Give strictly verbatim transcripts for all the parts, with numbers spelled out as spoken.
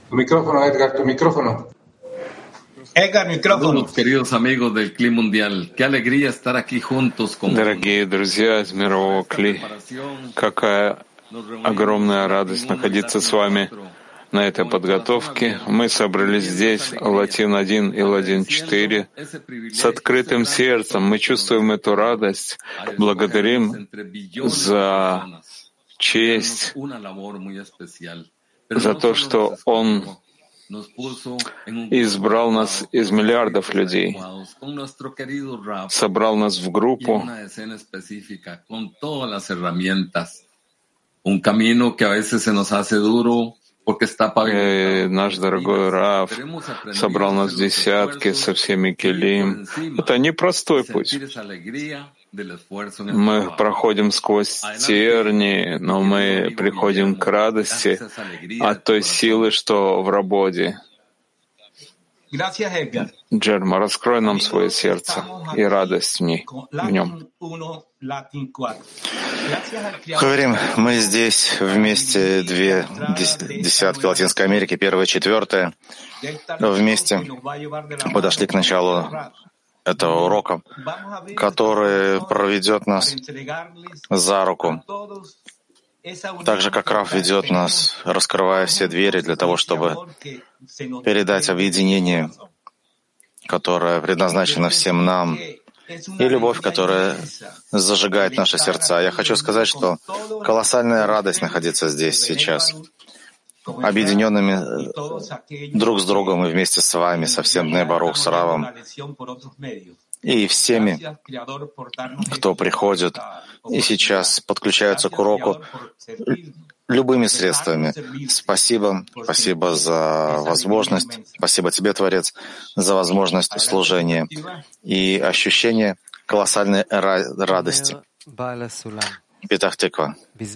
Tu micrófono, Edgar, tu micrófono. Edgar, micrófono. Saludos, queridos amigos del Cli Mundial. Qué alegría estar aquí juntos como Дорогие друзья из мирового Кли, какая огромная радость находиться с вами на этой подготовке. Мы собрались здесь, Латин один и Латин четыре, с открытым сердцем. Мы чувствуем эту радость, благодарим за честь, за то, что Он избрал нас из миллиардов людей, собрал нас в группу, и наш дорогой Рав собрал нас в десятки со всеми келим. Это непростой путь. Мы проходим сквозь тернии, но мы приходим к радости от той силы, что в работе. Джерма, раскрой нам свое сердце и радость в ней, в нем. Говорим, мы здесь вместе две десятки Латинской Америки, первая, четвертая, вместе подошли к началу этого урока, который проведет нас за руку. Так же, как Рав ведет нас, раскрывая все двери для того, чтобы передать объединение, которое предназначено всем нам, и любовь, которая зажигает наши сердца. Я хочу сказать, что колоссальная радость находиться здесь сейчас, объединенными друг с другом и вместе с вами, со всем Бней Барух, с Равом, и всеми, кто приходит и сейчас подключаются к уроку любыми средствами. Спасибо, спасибо за возможность, спасибо тебе, Творец, за возможность служения и ощущение колоссальной радости. Петах Тиква.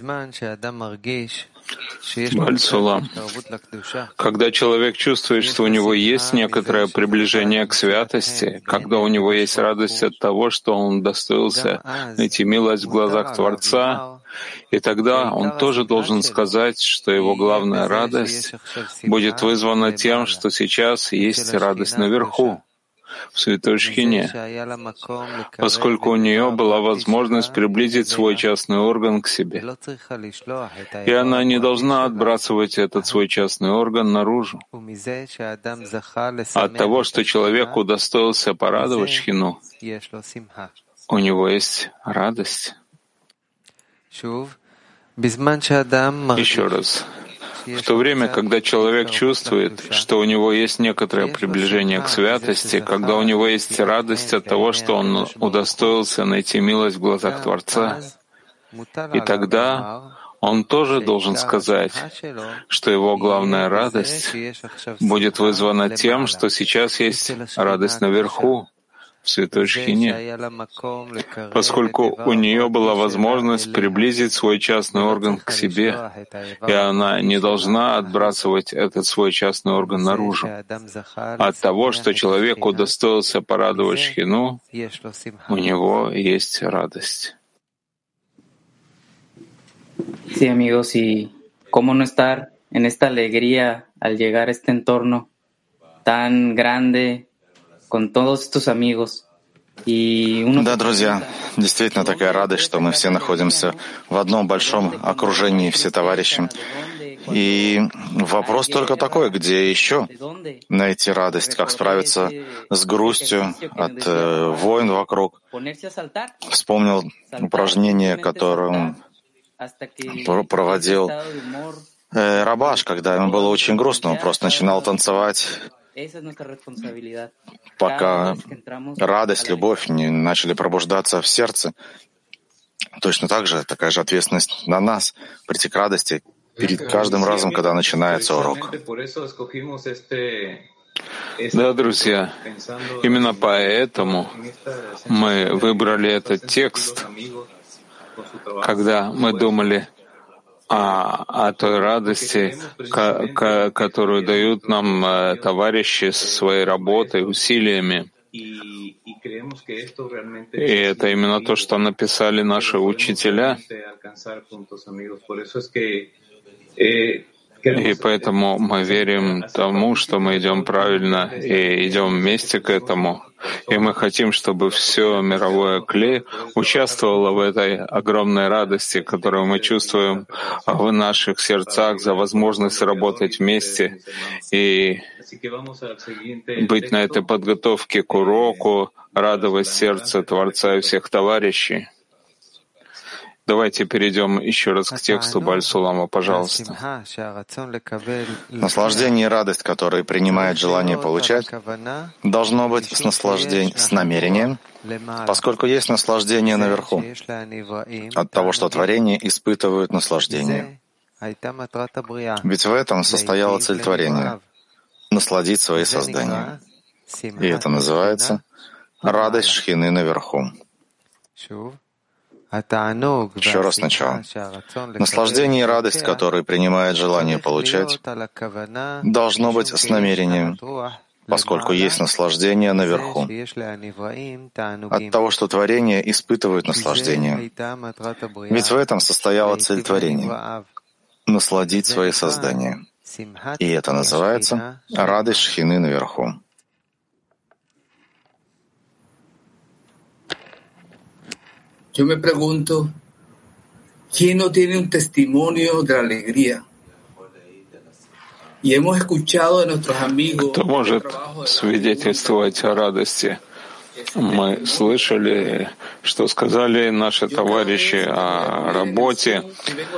Бальсулам. Когда человек чувствует, что у него есть некоторое приближение к святости, когда у него есть радость от того, что он удостоился найти милость в глазах Творца, и тогда он тоже должен сказать, что его главная радость будет вызвана тем, что сейчас есть радость наверху, в Святой Шхине, поскольку у нее была возможность приблизить свой частный орган к себе. И она не должна отбрасывать этот свой частный орган наружу. От того, что человек удостоился порадовать Шхину, у него есть радость. Еще раз. В то время, когда человек чувствует, что у него есть некоторое приближение к святости, когда у него есть радость от того, что он удостоился найти милость в глазах Творца, и тогда он тоже должен сказать, что его главная радость будет вызвана тем, что сейчас есть радость наверху, в Святой Шхине, поскольку у нее была возможность приблизить свой частный орган к себе, и она не должна отбрасывать этот свой частный орган наружу. От того, что человек удостоился порадовать Шхину, у него есть радость. Sí, amigos, y cómo no estar en esta alegría al llegar a este entorno tan grande, con todos estos amigos. Да, друзья, действительно такая радость, что мы все находимся в одном большом окружении, все товарищи. И вопрос только такой, где еще найти радость, как справиться с грустью от э, войн вокруг. Вспомнил упражнение, которое он проводил э, Рабаш, когда ему было очень грустно, он просто начинал танцевать, пока радость, любовь не начали пробуждаться в сердце. Точно так же, такая же ответственность на нас, прийти к радости перед каждым разом, когда начинается урок. Да, друзья, именно поэтому мы выбрали этот текст, когда мы думали о, о той радости, ко, ко, которую дают нам э, товарищи со своей работой, усилиями. И это именно то, что написали наши учителя. И поэтому мы верим тому, что мы идем правильно и идем вместе к этому. И мы хотим, чтобы все мировое Кли участвовало в этой огромной радости, которую мы чувствуем в наших сердцах за возможность работать вместе и быть на этой подготовке к уроку, радовать сердце Творца и всех товарищей. Давайте перейдем еще раз к тексту Баль-Сулама, пожалуйста. Наслаждение и радость, которые принимает желание получать, должно быть с наслаждением, с намерением, поскольку есть наслаждение наверху, от того, что творение испытывают наслаждение. Ведь в этом состояла цель творения — насладить свои создания. И это называется радость Шхины наверху. Еще раз сначала. Наслаждение и радость, которые принимает желание получать, должно быть с намерением, поскольку есть наслаждение наверху, от того, что творение испытывает наслаждение. Ведь в этом состояла цель творения — насладить свои создания. И это называется радость Шхины наверху. Yo me pregunto, ¿quién no tiene un testimonio de la alegría? Y hemos escuchado de nuestros amigos. Кто может свидетельствовать о радости? Мы слышали, что сказали наши товарищи о работе,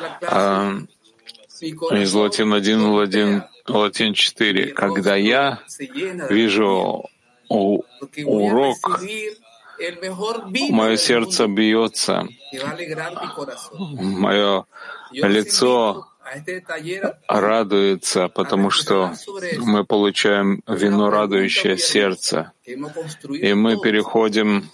из Латин один, Латин, Латин четыре. Когда я вижу урок, мое сердце бьется, мое лицо радуется, потому что мы получаем вино, радующее сердце, и мы переходим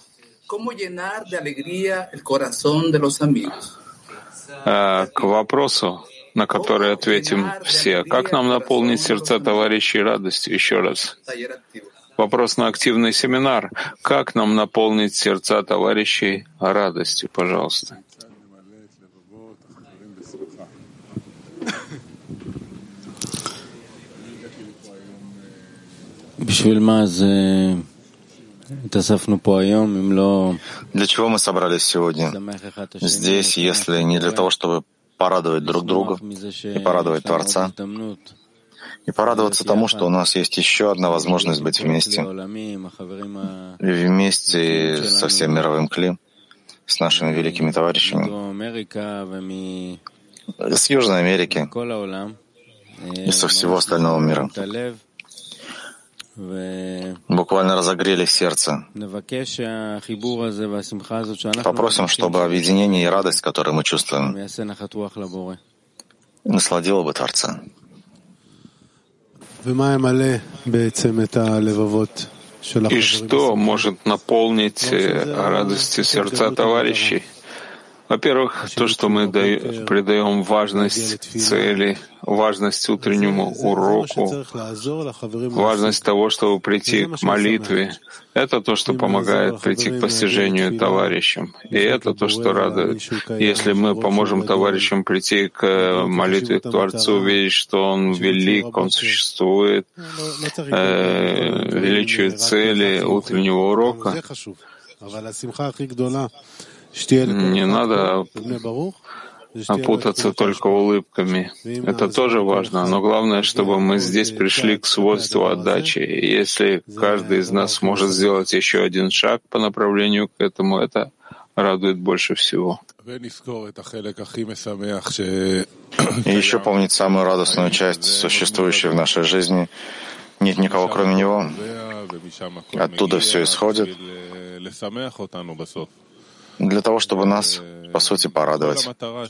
к вопросу, на который ответим все. Как нам наполнить сердца товарищей радостью? Еще раз. Вопрос на активный семинар. Как нам наполнить сердца товарищей радостью? Пожалуйста. Для чего мы собрались сегодня здесь, если не для того, чтобы порадовать друг друга и порадовать Творца, и порадоваться тому, что у нас есть еще одна возможность быть вместе, вместе со всем мировым Кли, с нашими великими товарищами, с Южной Америки и со всего остального мира. Буквально разогрели сердце. Попросим, чтобы объединение и радость, которую мы чувствуем, насладило бы Творца. И что может наполнить радостью сердца товарищей? Во-первых, то, что мы придаем важность цели, важность утреннему уроку, важность того, чтобы прийти к молитве. Это то, что помогает прийти к постижению товарищам. И это то, что радует. Если мы поможем товарищам прийти к молитве к Творцу, увидеть, что Он велик, Он существует, э, величие цели утреннего урока, не надо опутаться только улыбками. Это тоже важно, но главное, чтобы мы здесь пришли к свойству отдачи. И если каждый из нас может сделать еще один шаг по направлению к этому, это радует больше всего. И еще помнить самую радостную часть, существующую в нашей жизни. Нет никого, кроме Него. Оттуда все исходит. Для того, чтобы нас, по сути, порадовать.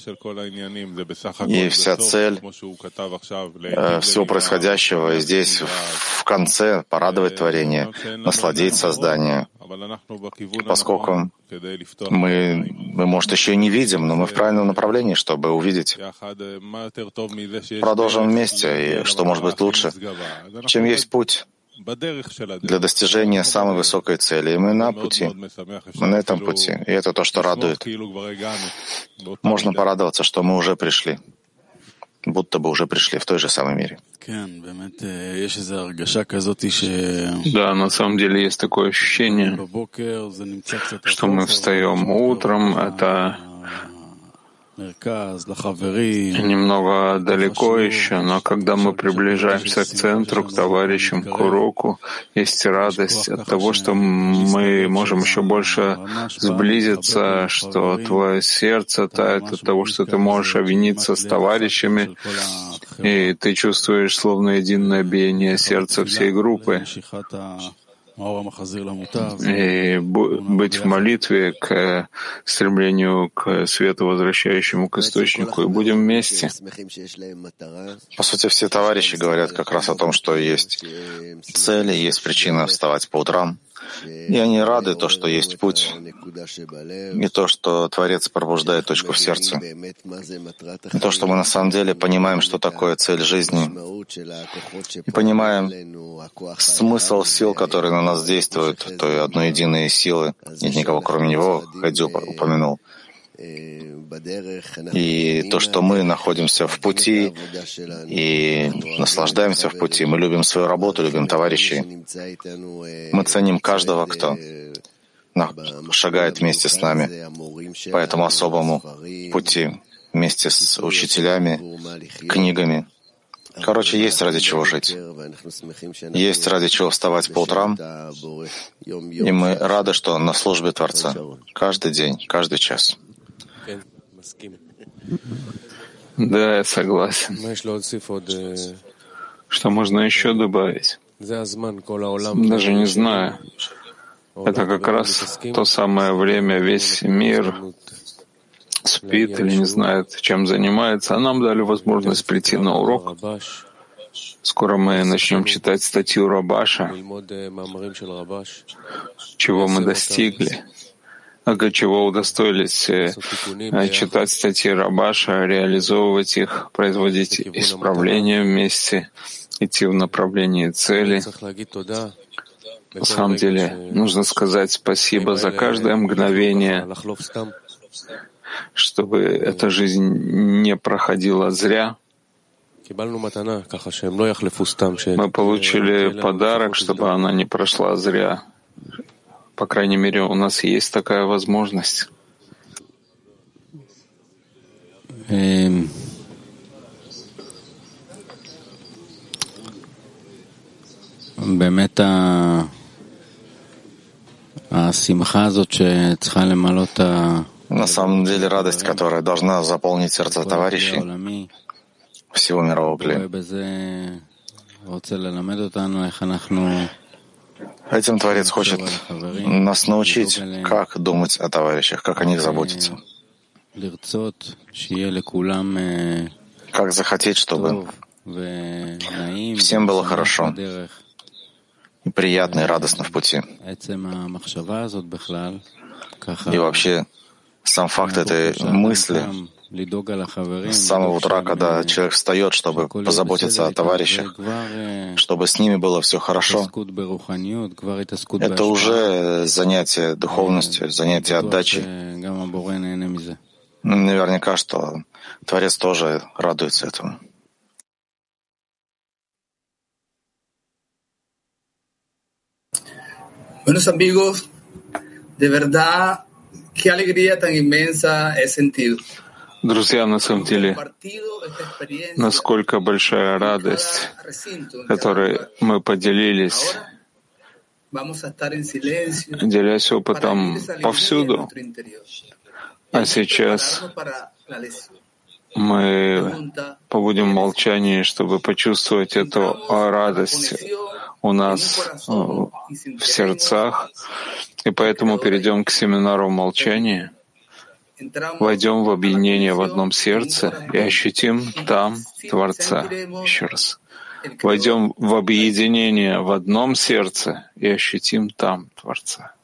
И вся цель э, всего происходящего здесь, в конце, порадовать творение, насладить создание. Поскольку мы, мы, может, еще и не видим, но мы в правильном направлении, чтобы увидеть. Продолжим вместе, и что может быть лучше, чем есть путь для достижения самой высокой цели. И мы на пути, мы на этом пути. И это то, что радует. Можно порадоваться, что мы уже пришли. будто бы уже пришли в той же самой мере. Да, на самом деле есть такое ощущение, что мы встаем утром, это немного далеко еще, но когда мы приближаемся к центру, к товарищам, к уроку, есть радость от того, что мы можем еще больше сблизиться, что твое сердце тает от того, что ты можешь объединиться с товарищами, и ты чувствуешь словно единое биение сердца всей группы. И быть в молитве к стремлению к свету, возвращающему к источнику, и будем вместе. По сути, все товарищи говорят как раз о том, что есть цели, есть причина вставать по утрам, и они рады то, что есть путь, и то, что Творец пробуждает точку в сердце, и то, что мы на самом деле понимаем, что такое цель жизни, и понимаем смысл сил, которые на нас действуют, той одной единой силы, нет никого кроме него, Хайдзю упомянул. И то, что мы находимся в пути и наслаждаемся в пути, мы любим свою работу, любим товарищей. Мы ценим каждого, кто шагает вместе с нами по этому особому пути, вместе с учителями, книгами. Короче, есть ради чего жить. Есть ради чего вставать по утрам. И мы рады, что на службе Творца. Каждый день, каждый час. Да, я согласен. Что можно еще добавить? Даже не знаю. Это как раз то самое время, весь мир спит или не знает, чем занимается, а нам дали возможность прийти на урок. Скоро мы начнем читать статью Рабаша, чего мы достигли, а чего удостоились читать статьи Рабаша, реализовывать их, производить исправления вместе, идти в направлении цели. На самом деле, нужно сказать спасибо за каждое мгновение, чтобы эта жизнь не проходила зря. Мы получили подарок, чтобы она не прошла зря. По крайней мере, у нас есть такая возможность. На самом деле, радость, которая должна заполнить сердца товарищей всего мирового клина. Этим Творец хочет нас научить, как думать о товарищах, как о них заботиться. Как захотеть, чтобы всем было хорошо и приятно, и радостно в пути. И вообще, сам факт этой мысли с самого утра, когда человек встает, чтобы позаботиться о товарищах, чтобы с ними было все хорошо, это уже занятие духовностью, занятие отдачей. Наверняка, что Творец тоже радуется этому. Buenos amigos, de verdad, qué alegría tan inmensa he sentido. Друзья, на самом деле, насколько большая радость, которой мы поделились, делясь опытом повсюду. А сейчас мы побудем в молчании, чтобы почувствовать эту радость у нас в сердцах, и поэтому перейдем к семинару молчания. Войдем в объединение в одном сердце и ощутим там Творца. Еще раз. Войдем в объединение в одном сердце и ощутим там Творца.